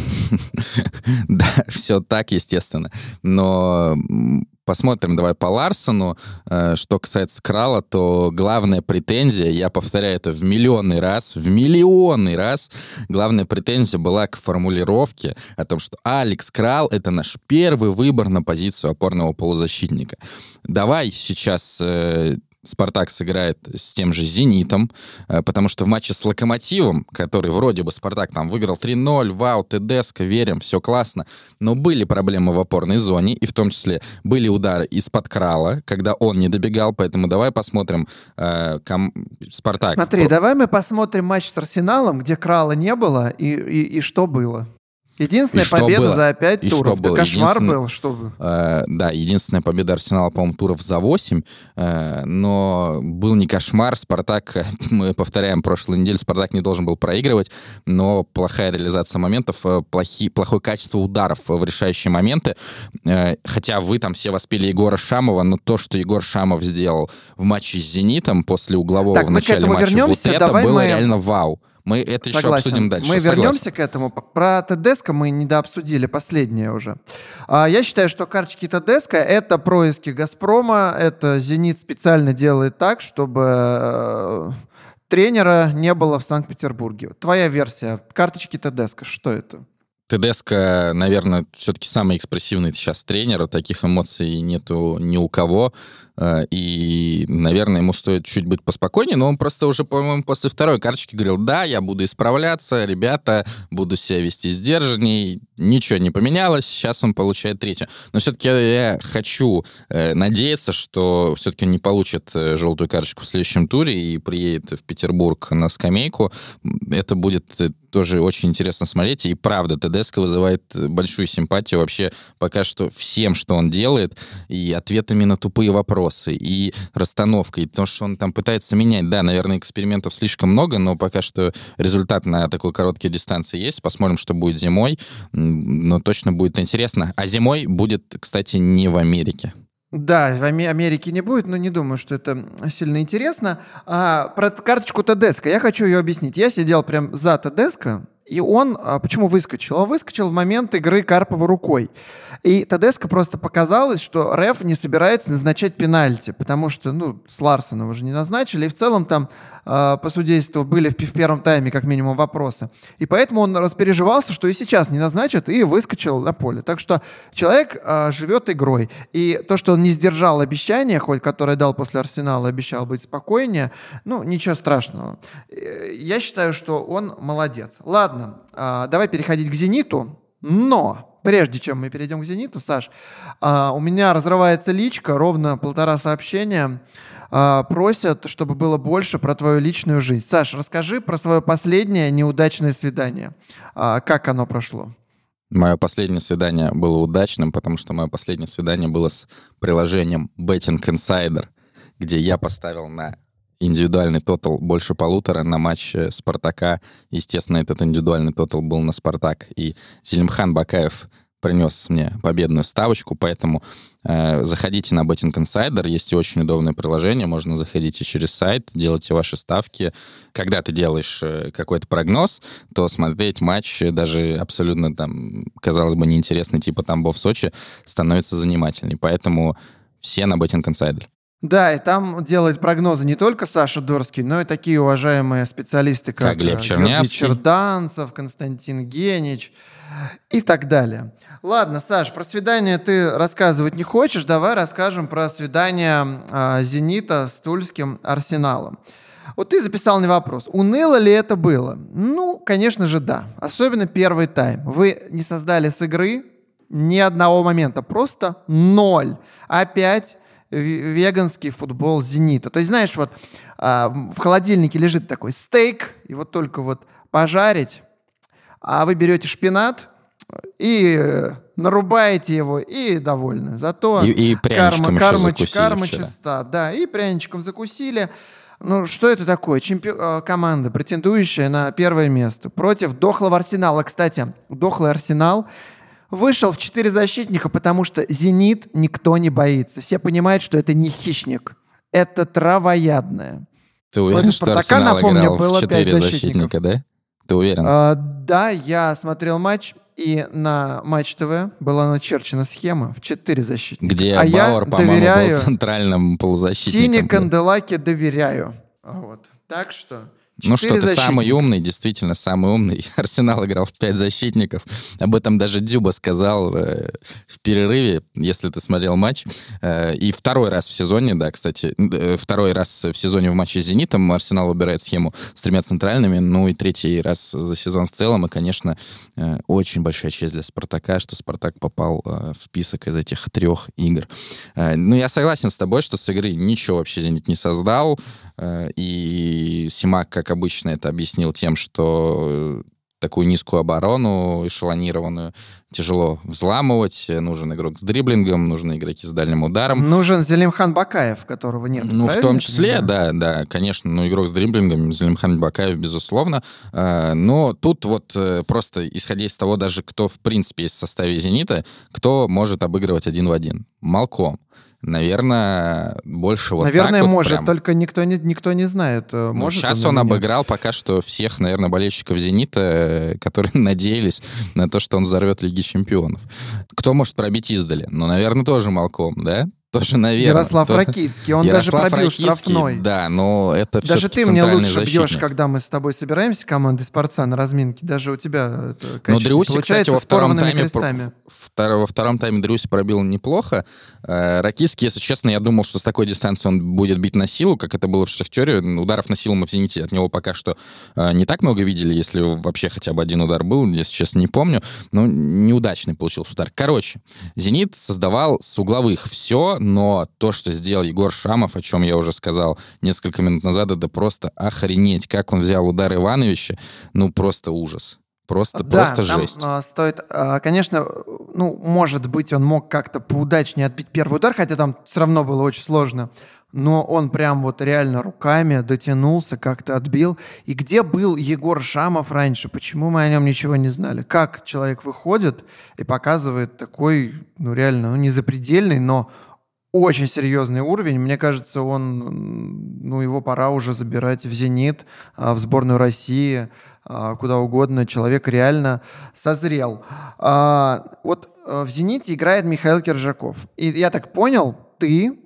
[SPEAKER 2] Да, все так, естественно. Но посмотрим давай по Ларсону. Что касается Крала, то главная претензия, я повторяю это в миллионный раз, в миллионный раз, главная претензия была к формулировке о том, что Алекс Крал — это наш первый выбор на позицию опорного полузащитника. Давай сейчас... Спартак сыграет с тем же «Зенитом», потому что в матче с «Локомотивом», который вроде бы Спартак там выиграл три ноль, вау, Тедеско, верим, все классно, но были проблемы в опорной зоне, и в том числе были удары из-под Крала, когда он не добегал, поэтому давай посмотрим э, ком... Спартак.
[SPEAKER 1] Смотри, давай мы посмотрим матч с Арсеналом, где Крала не было, и, и, и что было. Единственная победа за пять и туров. Это кошмар был, что
[SPEAKER 2] э, да, единственная победа Арсенала, по-моему, туров за восемь, э, но был не кошмар. Спартак, мы повторяем, прошлой неделе Спартак не должен был проигрывать, но плохая реализация моментов, плохи, плохое качество ударов в решающие моменты. Э, хотя вы там все воспели Егора Шамова, но то, что Егор Шамов сделал в матче с «Зенитом» после углового так, в начале матча, вот это было мы... реально вау. Мы это
[SPEAKER 1] Согласен.
[SPEAKER 2] еще обсудим дальше.
[SPEAKER 1] Мы
[SPEAKER 2] Согласен.
[SPEAKER 1] вернемся к этому. Про Тедеско мы недообсудили, последнее уже. А, я считаю, что карточки Тедеско — это происки «Газпрома», это «Зенит» специально делает так, чтобы э, тренера не было в Санкт-Петербурге. Твоя версия. Карточки Тедеско, что это?
[SPEAKER 2] Тедеско, наверное, все-таки самый экспрессивный сейчас тренер, таких эмоций нету ни у кого, и, наверное, ему стоит чуть быть поспокойнее, но он просто уже, по-моему, после второй карточки говорил: да, я буду исправляться, ребята, буду себя вести сдержанней, ничего не поменялось, сейчас он получает третью. Но все-таки я хочу надеяться, что все-таки он не получит желтую карточку в следующем туре и приедет в Петербург на скамейку. Это будет тоже очень интересно смотреть, и правда, Тедеско вызывает большую симпатию вообще пока что всем, что он делает, и ответами на тупые вопросы, и расстановкой, и то, что он там пытается менять. Да, наверное, экспериментов слишком много, но пока что результат на такой короткой дистанции есть. Посмотрим, что будет зимой, но точно будет интересно. А зимой будет, кстати, не в Америке.
[SPEAKER 1] Да, в Америке не будет, но не думаю, что это сильно интересно. А, про карточку Тедеско я хочу ее объяснить. Я сидел прям за Тедеско, и он а, почему выскочил? Он выскочил в момент игры Карпова рукой. И Тедеско просто показалось, что реф не собирается назначать пенальти, потому что, ну, с Ларсеном уже не назначили, и в целом там э, по судейству были в, в первом тайме как минимум вопросы. И поэтому он распереживался, что и сейчас не назначат, и выскочил на поле. Так что человек э, живет игрой. И то, что он не сдержал обещания, хоть которое дал после Арсенала, обещал быть спокойнее, ну, ничего страшного. Я считаю, что он молодец. Ладно, э, давай переходить к «Зениту», но... Прежде чем мы перейдем к «Зениту», Саш, а, у меня разрывается личка, ровно полтора сообщения. А, просят, чтобы было больше про твою личную жизнь. Саш, расскажи про свое последнее неудачное свидание. А, как оно прошло?
[SPEAKER 2] Мое последнее свидание было удачным, потому что мое последнее свидание было с приложением Betting Insider, где я поставил на индивидуальный тотал больше полутора на матч «Спартака». Естественно, этот индивидуальный тотал был на «Спартак». И Зелимхан Бакаев принес мне победную ставочку, поэтому э, заходите на Betting Insider, есть и очень удобное приложение, можно заходить и через сайт, делайте ваши ставки. Когда ты делаешь э, какой-то прогноз, то смотреть матч, даже абсолютно, там, казалось бы, неинтересный, типа Тамбов Сочи, становится занимательней. Поэтому все на Betting Insider.
[SPEAKER 1] Да, и там делает прогнозы не только Саша Дорский, но и такие уважаемые специалисты, как,
[SPEAKER 2] как Глеб
[SPEAKER 1] Георгий Черданцев, Константин Генич и так далее. Ладно, Саш, про свидание ты рассказывать не хочешь, давай расскажем про свидание э, «Зенита» с тульским «Арсеналом». Вот ты записал мне вопрос, уныло ли это было? Ну, конечно же, да. Особенно первый тайм. Вы не создали с игры ни одного момента, просто ноль. Опять веганский футбол «Зенита». То есть, знаешь, вот а, в холодильнике лежит такой стейк, и вот только вот пожарить, а вы берете шпинат и э, нарубаете его, и довольны. Зато
[SPEAKER 2] и, и
[SPEAKER 1] карма, карма, карма
[SPEAKER 2] вчера.
[SPEAKER 1] чиста. Да, и пряничком закусили. Ну, что это такое? Чемпи... Команда, претендующая на первое место против дохлого Арсенала. Кстати, дохлый Арсенал вышел в четыре защитника, потому что «Зенит» никто не боится. Все понимают, что это не хищник. Это травоядное.
[SPEAKER 2] Ты уверен,
[SPEAKER 1] Против
[SPEAKER 2] что
[SPEAKER 1] «Спартака»,
[SPEAKER 2] Арсенал
[SPEAKER 1] напомню,
[SPEAKER 2] играл
[SPEAKER 1] было
[SPEAKER 2] в четыре
[SPEAKER 1] пять
[SPEAKER 2] защитника, да? Ты уверен?
[SPEAKER 1] А, да, я смотрел матч, и на Матч ТВ была начерчена схема в четыре защитника.
[SPEAKER 2] Где
[SPEAKER 1] а
[SPEAKER 2] Бауэр,
[SPEAKER 1] я
[SPEAKER 2] по-моему,
[SPEAKER 1] доверяю
[SPEAKER 2] был центральным полузащитником.
[SPEAKER 1] Тине Канделаке доверяю. Вот. Так что...
[SPEAKER 2] Ну что, ты
[SPEAKER 1] защитника.
[SPEAKER 2] самый умный, действительно самый умный. Арсенал играл в пять защитников. Об этом даже Дзюба сказал э, в перерыве, если ты смотрел матч. Э, и второй раз в сезоне, да, кстати, э, второй раз в сезоне в матче с «Зенитом» Арсенал выбирает схему с тремя центральными, ну и третий раз за сезон в целом. И, конечно, э, очень большая честь для «Спартака», что «Спартак» попал э, в список из этих трех игр. Э, ну, я согласен с тобой, что с игры ничего вообще «Зенит» не создал. И Симак, как обычно, это объяснил тем, что такую низкую оборону, эшелонированную, тяжело взламывать. Нужен игрок с дриблингом, нужны игроки с дальним ударом.
[SPEAKER 1] Нужен Зелимхан Бакаев, которого нет.
[SPEAKER 2] Ну, в том числе, да, да, конечно. Ну, игрок с дриблингом, Зелимхан Бакаев, безусловно. Но тут вот просто, исходя из того, даже кто, в принципе, есть в составе «Зенита», кто может обыгрывать один в один. Малком. наверное, больше вот
[SPEAKER 1] Наверное,
[SPEAKER 2] так вот
[SPEAKER 1] может,
[SPEAKER 2] прям.
[SPEAKER 1] только никто не, никто не знает.
[SPEAKER 2] Ну,
[SPEAKER 1] Может
[SPEAKER 2] сейчас
[SPEAKER 1] он,
[SPEAKER 2] он
[SPEAKER 1] или нет.
[SPEAKER 2] обыграл пока что всех, наверное, болельщиков «Зенита», которые надеялись на то, что он взорвет Лиги чемпионов. Кто может пробить издали? Ну, наверное, тоже Малком, да? Тоже, наверное.
[SPEAKER 1] Ярослав
[SPEAKER 2] То...
[SPEAKER 1] Ракицкий, он
[SPEAKER 2] Ярослав
[SPEAKER 1] даже пробил
[SPEAKER 2] Ракицкий,
[SPEAKER 1] штрафной.
[SPEAKER 2] Да, но это
[SPEAKER 1] Даже
[SPEAKER 2] все-таки
[SPEAKER 1] ты мне
[SPEAKER 2] центральный
[SPEAKER 1] лучше
[SPEAKER 2] защитник.
[SPEAKER 1] бьешь, когда мы с тобой собираемся командой спорца на разминке. Даже у тебя это
[SPEAKER 2] Но
[SPEAKER 1] качественно
[SPEAKER 2] Дрюси,
[SPEAKER 1] получается
[SPEAKER 2] кстати, во
[SPEAKER 1] с
[SPEAKER 2] втором
[SPEAKER 1] порванными
[SPEAKER 2] тайме,
[SPEAKER 1] крестами.
[SPEAKER 2] втор- во втором тайме Дрюси пробил неплохо. Э, Ракицкий, если честно, я думал, что с такой дистанции он будет бить на силу, как это было в «Шахтере». Ударов на силу мы в «Зените» от него пока что э, не так много видели, если вообще хотя бы один удар был, если честно, не помню. Но неудачный получился удар. Короче, «Зенит» создавал с угловых все, но то, что сделал Егор Шамов, о чем я уже сказал несколько минут назад, это просто охренеть, как он взял удар Ивановича, ну просто ужас. Просто,
[SPEAKER 1] Да,
[SPEAKER 2] просто
[SPEAKER 1] там
[SPEAKER 2] жесть.
[SPEAKER 1] а, стоит, а, конечно, ну, может быть, он мог как-то поудачнее отбить первый удар, хотя там все равно было очень сложно. Но он прям вот реально руками дотянулся, как-то отбил. И где был Егор Шамов раньше? Почему мы о нем ничего не знали? Как человек выходит и показывает такой, ну, реально, ну, не запредельный, но очень серьезный уровень. Мне кажется, он, ну, его пора уже забирать в «Зенит», а, в сборную России, а, куда угодно. Человек реально созрел. А, Вот а, в «Зените» играет Михаил Киржаков. И я так понял, ты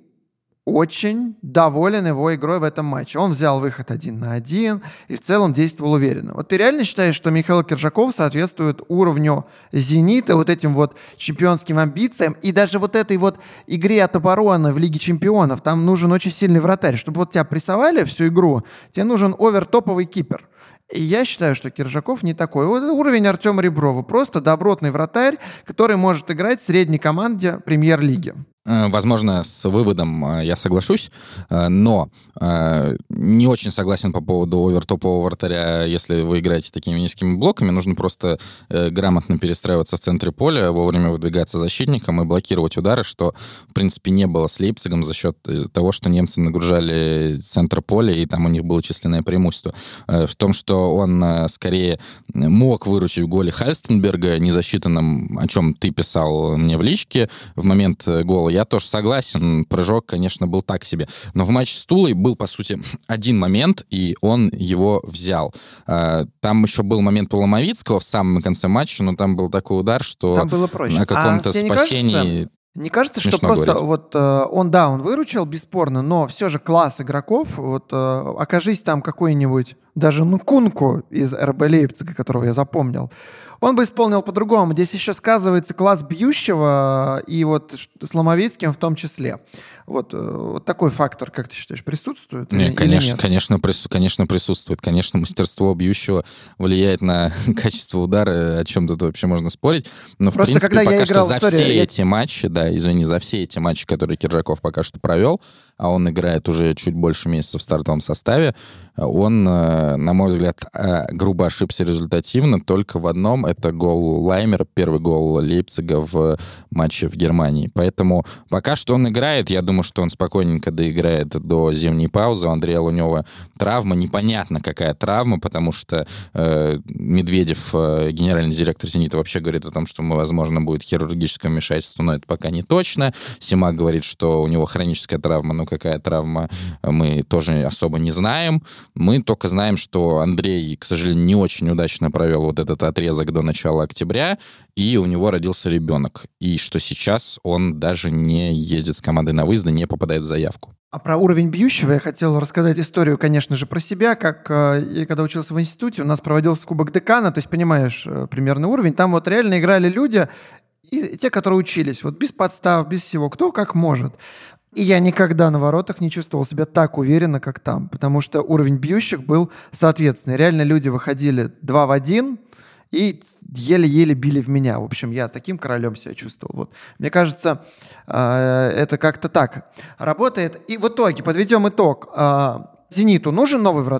[SPEAKER 1] очень доволен его игрой в этом матче. Он взял выход один на один и в целом действовал уверенно. Вот ты реально считаешь, что Михаил Киржаков соответствует уровню «Зенита», вот этим вот чемпионским амбициям и даже вот этой вот игре от обороны в Лиге чемпионов? Там нужен очень сильный вратарь. Чтобы вот тебя прессовали всю игру, тебе нужен овертоповый кипер. И я считаю, что Киржаков не такой. Вот уровень Артема Реброва. Просто добротный вратарь, который может играть в средней команде премьер-лиги.
[SPEAKER 2] Возможно, с выводом я соглашусь, но не очень согласен по поводу овертопового вратаря. Если вы играете такими низкими блоками, нужно просто грамотно перестраиваться в центре поля, вовремя выдвигаться защитником и блокировать удары, что, в принципе, не было с Лейпцигом за счет того, что немцы нагружали центр поля, и там у них было численное преимущество. В том, что он скорее мог выручить в голе Хальстенберга незасчитанном, о чем ты писал мне в личке в момент гола. Я тоже согласен, прыжок, конечно, был так себе. Но в матче с Тулой был, по сути, один момент, и он его взял. Там еще был момент у Ломовицкого в самом конце матча, но там был такой удар, что
[SPEAKER 1] там было проще.
[SPEAKER 2] на каком-то
[SPEAKER 1] а тебе
[SPEAKER 2] спасении...
[SPEAKER 1] Не кажется, не кажется, что
[SPEAKER 2] смешно
[SPEAKER 1] просто
[SPEAKER 2] говорить.
[SPEAKER 1] вот э, он, да, он выручил, бесспорно, но все же класс игроков, вот э, окажись там какой-нибудь, даже ну Кунку из эр бэ Лейпцига, которого я запомнил, он бы исполнил по-другому. Здесь еще сказывается класс бьющего и вот с Ломовицким в том числе. Вот, вот такой фактор, как ты считаешь, присутствует?
[SPEAKER 2] Не,
[SPEAKER 1] или,
[SPEAKER 2] конечно,
[SPEAKER 1] или нет?
[SPEAKER 2] конечно, прису- конечно, присутствует. Конечно, мастерство бьющего влияет на качество удара, о чем тут вообще можно спорить. Но,
[SPEAKER 1] Просто
[SPEAKER 2] в принципе,
[SPEAKER 1] когда
[SPEAKER 2] пока
[SPEAKER 1] я играл,
[SPEAKER 2] что за
[SPEAKER 1] sorry,
[SPEAKER 2] все
[SPEAKER 1] я...
[SPEAKER 2] эти матчи, да, извини, за все эти матчи, которые Киржаков пока что провел, а он играет уже чуть больше месяца в стартовом составе, он, на мой взгляд, грубо ошибся результативно только в одном. Это гол Лаймера, первый гол Лейпцига в матче в Германии. Поэтому пока что он играет. Я думаю, что он спокойненько доиграет до зимней паузы. У Андрея Лунева травма. Непонятно, какая травма, потому что э, Медведев, э, генеральный директор «Зенита», вообще говорит о том, что, возможно, будет хирургическое вмешательство, но это пока не точно. Симак говорит, что у него хроническая травма. Ну, какая травма, мы тоже особо не знаем. Мы только знаем, что Андрей, к сожалению, не очень удачно провел вот этот отрезок до начала октября, и у него родился ребенок. И что сейчас он даже не ездит с командой на выезды, не попадает в заявку.
[SPEAKER 1] А про уровень бьющего я хотел рассказать историю, конечно же, про себя. Как э, я когда учился в институте, у нас проводился Кубок Декана, то есть, понимаешь, э, примерный уровень. Там вот реально играли люди, и, и те, которые учились, вот без подстав, без всего, кто как может. И я никогда на воротах не чувствовал себя так уверенно, как там, потому что уровень бьющих был соответственный. Реально люди выходили два в один и еле-еле били в меня. В общем, я таким королем себя чувствовал. Вот. Мне кажется, это как-то так работает. И в итоге, подведем итог. «Зениту» нужен новый вратарь?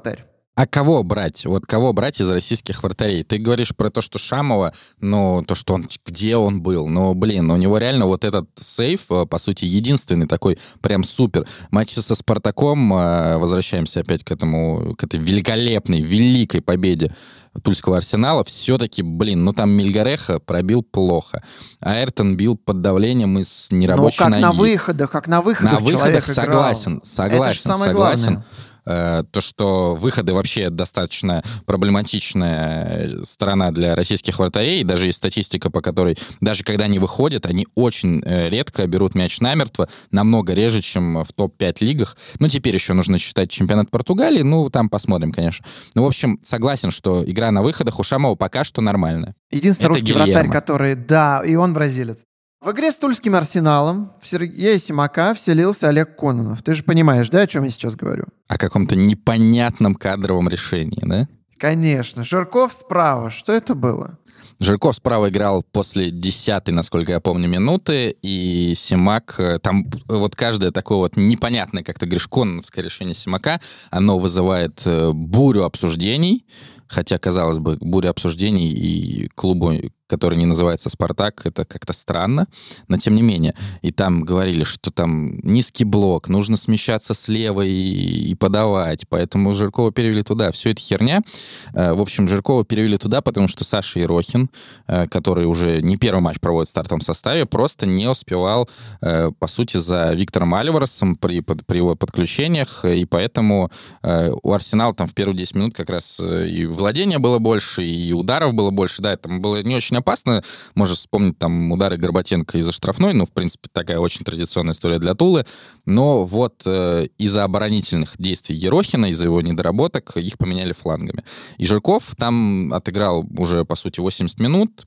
[SPEAKER 2] А кого брать? Вот кого брать из российских вратарей? Ты говоришь про то, что Шамова, ну, то, что он, где он был? Ну, блин, у него реально вот этот сейв, по сути, единственный такой прям супер. Матчи со Спартаком, возвращаемся опять к этому, к этой великолепной, великой победе Тульского Арсенала, все-таки, блин, ну там Мельгареха пробил плохо. Айртон бил под давлением из нерабочей ноги.
[SPEAKER 1] Ну, как на выходах, как на выходах
[SPEAKER 2] На выходах согласен,
[SPEAKER 1] играл.
[SPEAKER 2] согласен,
[SPEAKER 1] Это же самое
[SPEAKER 2] согласен.
[SPEAKER 1] главное.
[SPEAKER 2] То, что выходы вообще достаточно проблематичная сторона для российских вратарей, даже есть статистика, по которой даже когда они выходят, они очень редко берут мяч намертво, намного реже, чем в топ пять лигах. Ну, теперь еще нужно считать чемпионат Португалии, ну, там посмотрим, конечно. Ну, в общем, согласен, что игра на выходах у Шамова пока что нормальная.
[SPEAKER 1] Единственный
[SPEAKER 2] Это
[SPEAKER 1] русский
[SPEAKER 2] Гильермо.
[SPEAKER 1] вратарь, который... Да, и он бразилец. В игре с Тульским Арсеналом в Сергея Симака вселился Олег Кононов. Ты же понимаешь, да, о чем я сейчас говорю?
[SPEAKER 2] О каком-то непонятном кадровом решении, да?
[SPEAKER 1] Конечно. Жирков справа. Что это было?
[SPEAKER 2] Жирков справа играл после десятой, насколько я помню, минуты, и Симак, там вот каждое такое вот непонятное, как ты говоришь, кононовское решение Симака, оно вызывает бурю обсуждений, хотя, казалось бы, буря обсуждений и клубу, который не называется «Спартак», это как-то странно, но тем не менее. И там говорили, что там низкий блок, нужно смещаться слева и, и подавать, поэтому Жиркова перевели туда. Все это херня. В общем, Жиркова перевели туда, потому что Саша Ерохин, который уже не первый матч проводит в стартовом составе, просто не успевал, по сути, за Виктором Альваресом при, при его подключениях, и поэтому у Арсенала там в первые десять минут как раз и владения было больше, и ударов было больше. Да, там было не очень опасно. Можно вспомнить там удары Горбатенко из-за штрафной, ну, в принципе, такая очень традиционная история для Тулы. Но вот э, из-за оборонительных действий Ерохина, из-за его недоработок, их поменяли флангами. И Жирков там отыграл уже, по сути, восемьдесят минут.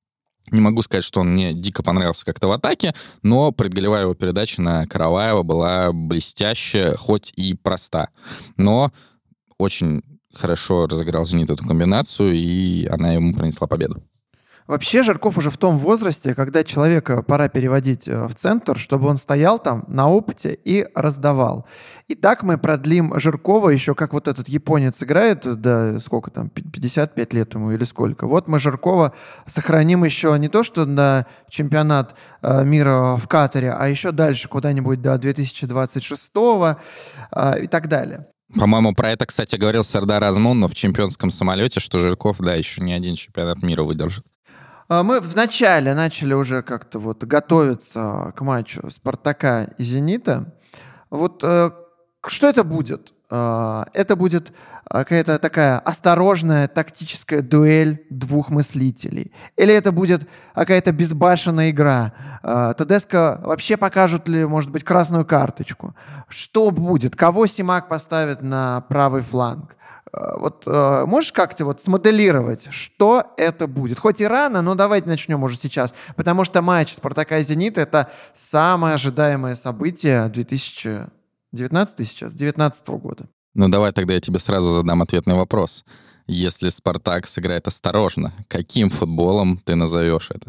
[SPEAKER 2] Не могу сказать, что он мне дико понравился как-то в атаке, но предголевая его передача на Караваева была блестящая, хоть и проста. Но очень хорошо разыграл «Зенит» эту комбинацию, и она ему принесла победу.
[SPEAKER 1] Вообще Жирков уже в том возрасте, когда человека пора переводить в центр, чтобы он стоял там на опыте и раздавал. И так мы продлим Жиркова еще, как вот этот японец играет, да сколько там, пятьдесят пять лет ему или сколько. Вот мы Жиркова сохраним еще не то, что на чемпионат э, мира в Катаре, а еще дальше куда-нибудь до две тысячи двадцать шестого э, и так далее.
[SPEAKER 2] По-моему, про это, кстати, говорил Сардар Азмунов в чемпионском самолете, что Жирков, да, еще не один чемпионат мира выдержит.
[SPEAKER 1] Мы вначале начали уже как-то вот готовиться к матчу «Спартака» и «Зенита». Вот э, что это будет? Э, это будет какая-то такая осторожная тактическая дуэль двух мыслителей? Или это будет какая-то безбашенная игра? Э, Тедеско вообще покажут ли, может быть, красную карточку? Что будет? Кого Симак поставит на правый фланг? Вот э, можешь как-то вот смоделировать, что это будет? Хоть и рано, но давайте начнем уже сейчас. Потому что матч «Спартака» и «Зенита» — это самое ожидаемое событие две тысячи девятнадцатого сейчас, две тысячи девятнадцатого года.
[SPEAKER 2] Ну давай тогда я тебе сразу задам ответный вопрос. Если «Спартак» сыграет осторожно, каким футболом ты назовешь это?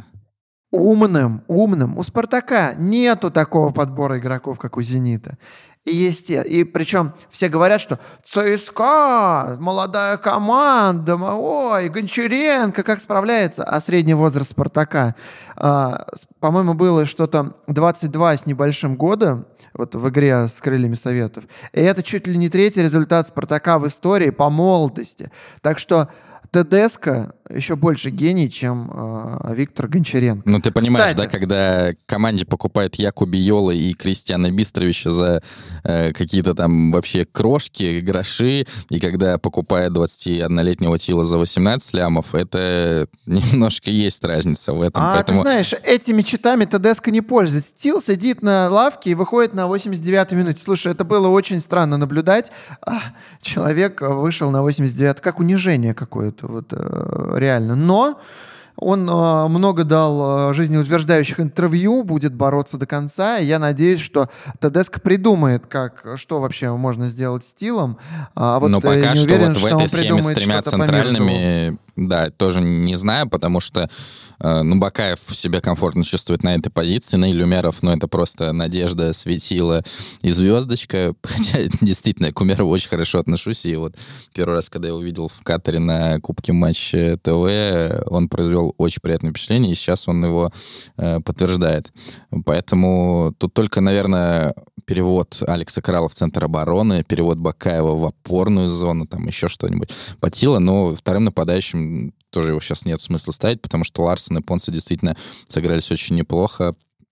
[SPEAKER 1] Умным, умным. У «Спартака» нету такого подбора игроков, как у «Зенита». И, есть, и причем все говорят, что ЦСКА, молодая команда, ой, Гончаренко, как справляется. А средний возраст «Спартака», а, по-моему, было что-то двадцать два с небольшим года вот в игре с «Крыльями Советов». И это чуть ли не третий результат «Спартака» в истории по молодости. Так что Тедеско еще больше гений, чем э, Виктор Гончаренко.
[SPEAKER 2] Ну, ты понимаешь,
[SPEAKER 1] Кстати,
[SPEAKER 2] да, когда команде покупает Якуби Йола и Кристиана Бистровича за э, какие-то там вообще крошки, гроши, и когда покупает двадцатиоднолетнего Тила за восемнадцать лямов, это немножко есть разница в этом.
[SPEAKER 1] А
[SPEAKER 2] Поэтому...
[SPEAKER 1] ты знаешь, этими читами Тедеско не пользуется. Тил сидит на лавке и выходит на восемьдесят девятой минуте. Слушай, это было очень странно наблюдать. А, человек вышел на восемьдесят девятой, как унижение какое-то. Вот, э, реально. Но он э, много дал э, жизнеутверждающих интервью, будет бороться до конца. И я надеюсь, что Тедеско придумает, как, что вообще можно сделать с Тилом. А вот
[SPEAKER 2] Но пока
[SPEAKER 1] не
[SPEAKER 2] что
[SPEAKER 1] уверен,
[SPEAKER 2] вот в
[SPEAKER 1] что
[SPEAKER 2] этой
[SPEAKER 1] он
[SPEAKER 2] схеме с
[SPEAKER 1] придумает
[SPEAKER 2] тремя
[SPEAKER 1] что-то по
[SPEAKER 2] центральными, да, тоже не знаю, потому что Ну, Бакаев себя комфортно чувствует на этой позиции. Наиль Умеров, ну, это просто надежда, светило и звездочка. Хотя, действительно, я к Умерову очень хорошо отношусь. И вот первый раз, когда я увидел в Катаре на Кубке Матч ТВ, он произвел очень приятное впечатление, и сейчас он его э, подтверждает. Поэтому тут только, наверное, перевод Алекса Крала в центр обороны, перевод Бакаева в опорную зону, там еще что-нибудь. Потило, но вторым нападающим тоже его сейчас нет смысла ставить, потому что Ларсон и Понсе действительно сыгрались очень неплохо.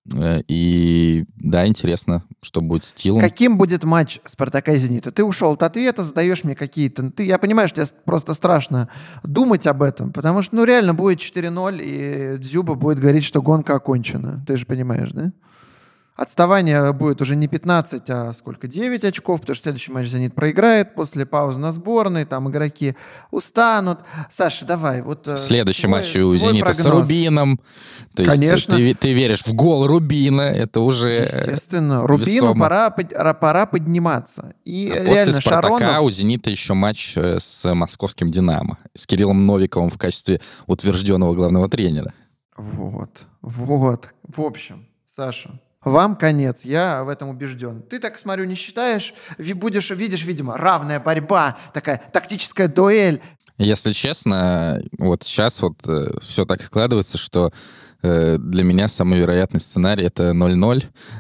[SPEAKER 2] И да, интересно, что будет с Тилом.
[SPEAKER 1] Каким будет матч Спартака и Зенита? Ты ушел от ответа, задаешь мне какие-то... Ты, я понимаю, что тебе просто страшно думать об этом, потому что, ну, реально будет четыре ноль, и Дзюба будет говорить, что гонка окончена. Ты же понимаешь, да? Отставание будет уже не пятнадцать, а сколько? девять очков, потому что следующий матч «Зенит» проиграет после паузы на сборной, там игроки устанут. Саша, давай. Вот,
[SPEAKER 2] следующий
[SPEAKER 1] твой,
[SPEAKER 2] матч у «Зенита» прогноз. С Рубином. То
[SPEAKER 1] Конечно.
[SPEAKER 2] Есть ты, ты веришь в гол Рубина, это уже
[SPEAKER 1] естественно. Рубину пора, пора подниматься. И
[SPEAKER 2] а
[SPEAKER 1] реально,
[SPEAKER 2] после «Спартака»
[SPEAKER 1] Шаронов...
[SPEAKER 2] у «Зенита» еще матч с московским «Динамо», с Кириллом Новиковым в качестве утвержденного главного тренера.
[SPEAKER 1] Вот, вот. В общем, Саша... Вам конец, я в этом убежден. Ты, так смотрю, не считаешь, будешь, видишь, видимо, равная борьба, такая тактическая дуэль.
[SPEAKER 2] Если честно, вот сейчас вот э, все так складывается, что э, для меня самый вероятный сценарий — это ноль ноль.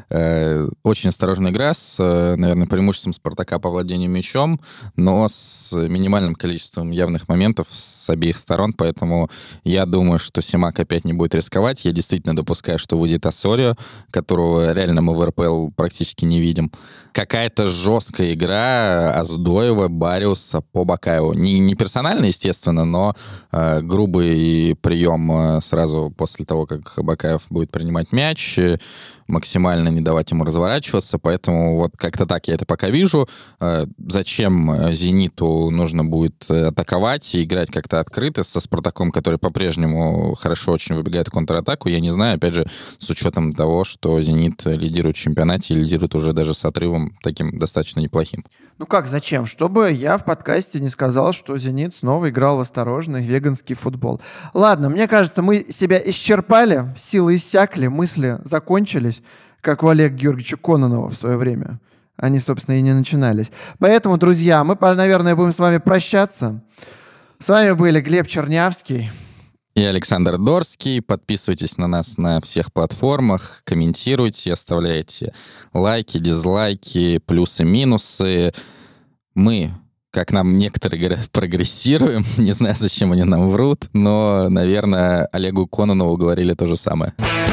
[SPEAKER 2] Э, очень осторожная игра с, э, наверное, преимуществом «Спартака» по владению мячом, но с минимальным количеством явных моментов с обеих сторон, поэтому я думаю, что Симак опять не будет рисковать. Я действительно допускаю, что выйдет Осорио, которого реально мы в эр пэ эл практически не видим. Какая-то жесткая игра Оздоева, Бариуса по Бакаеву. Не, не персонально, естественно, но э, грубый прием э, сразу после того, как Бакаев будет принимать мяч, э, максимально не давать ему разворачиваться, поэтому вот как-то так я это пока вижу. Э, зачем «Зениту» нужно будет атаковать и играть как-то открыто со «Спартаком», который по-прежнему хорошо очень выбегает в контратаку, я не знаю, опять же, с учетом того, что «Зенит» лидирует в чемпионате и лидирует уже даже с отрывом таким достаточно неплохим.
[SPEAKER 1] Ну как, зачем? Чтобы я в подкасте не сказал, что «Зенит» снова играл в осторожный веганский футбол. Ладно, мне кажется, мы себя исчерпали, силы иссякли, мысли закончились, как у Олега Георгиевича Кононова в свое время. Они, собственно, и не начинались. Поэтому, друзья, мы, наверное, будем с вами прощаться. С вами были Глеб Чернявский
[SPEAKER 2] и Александр Дорский. Подписывайтесь на нас на всех платформах, комментируйте, оставляйте лайки, дизлайки, плюсы-минусы. Мы, как нам некоторые говорят, прогрессируем. Не знаю, зачем они нам врут, но, наверное, Олегу Кононову говорили то же самое.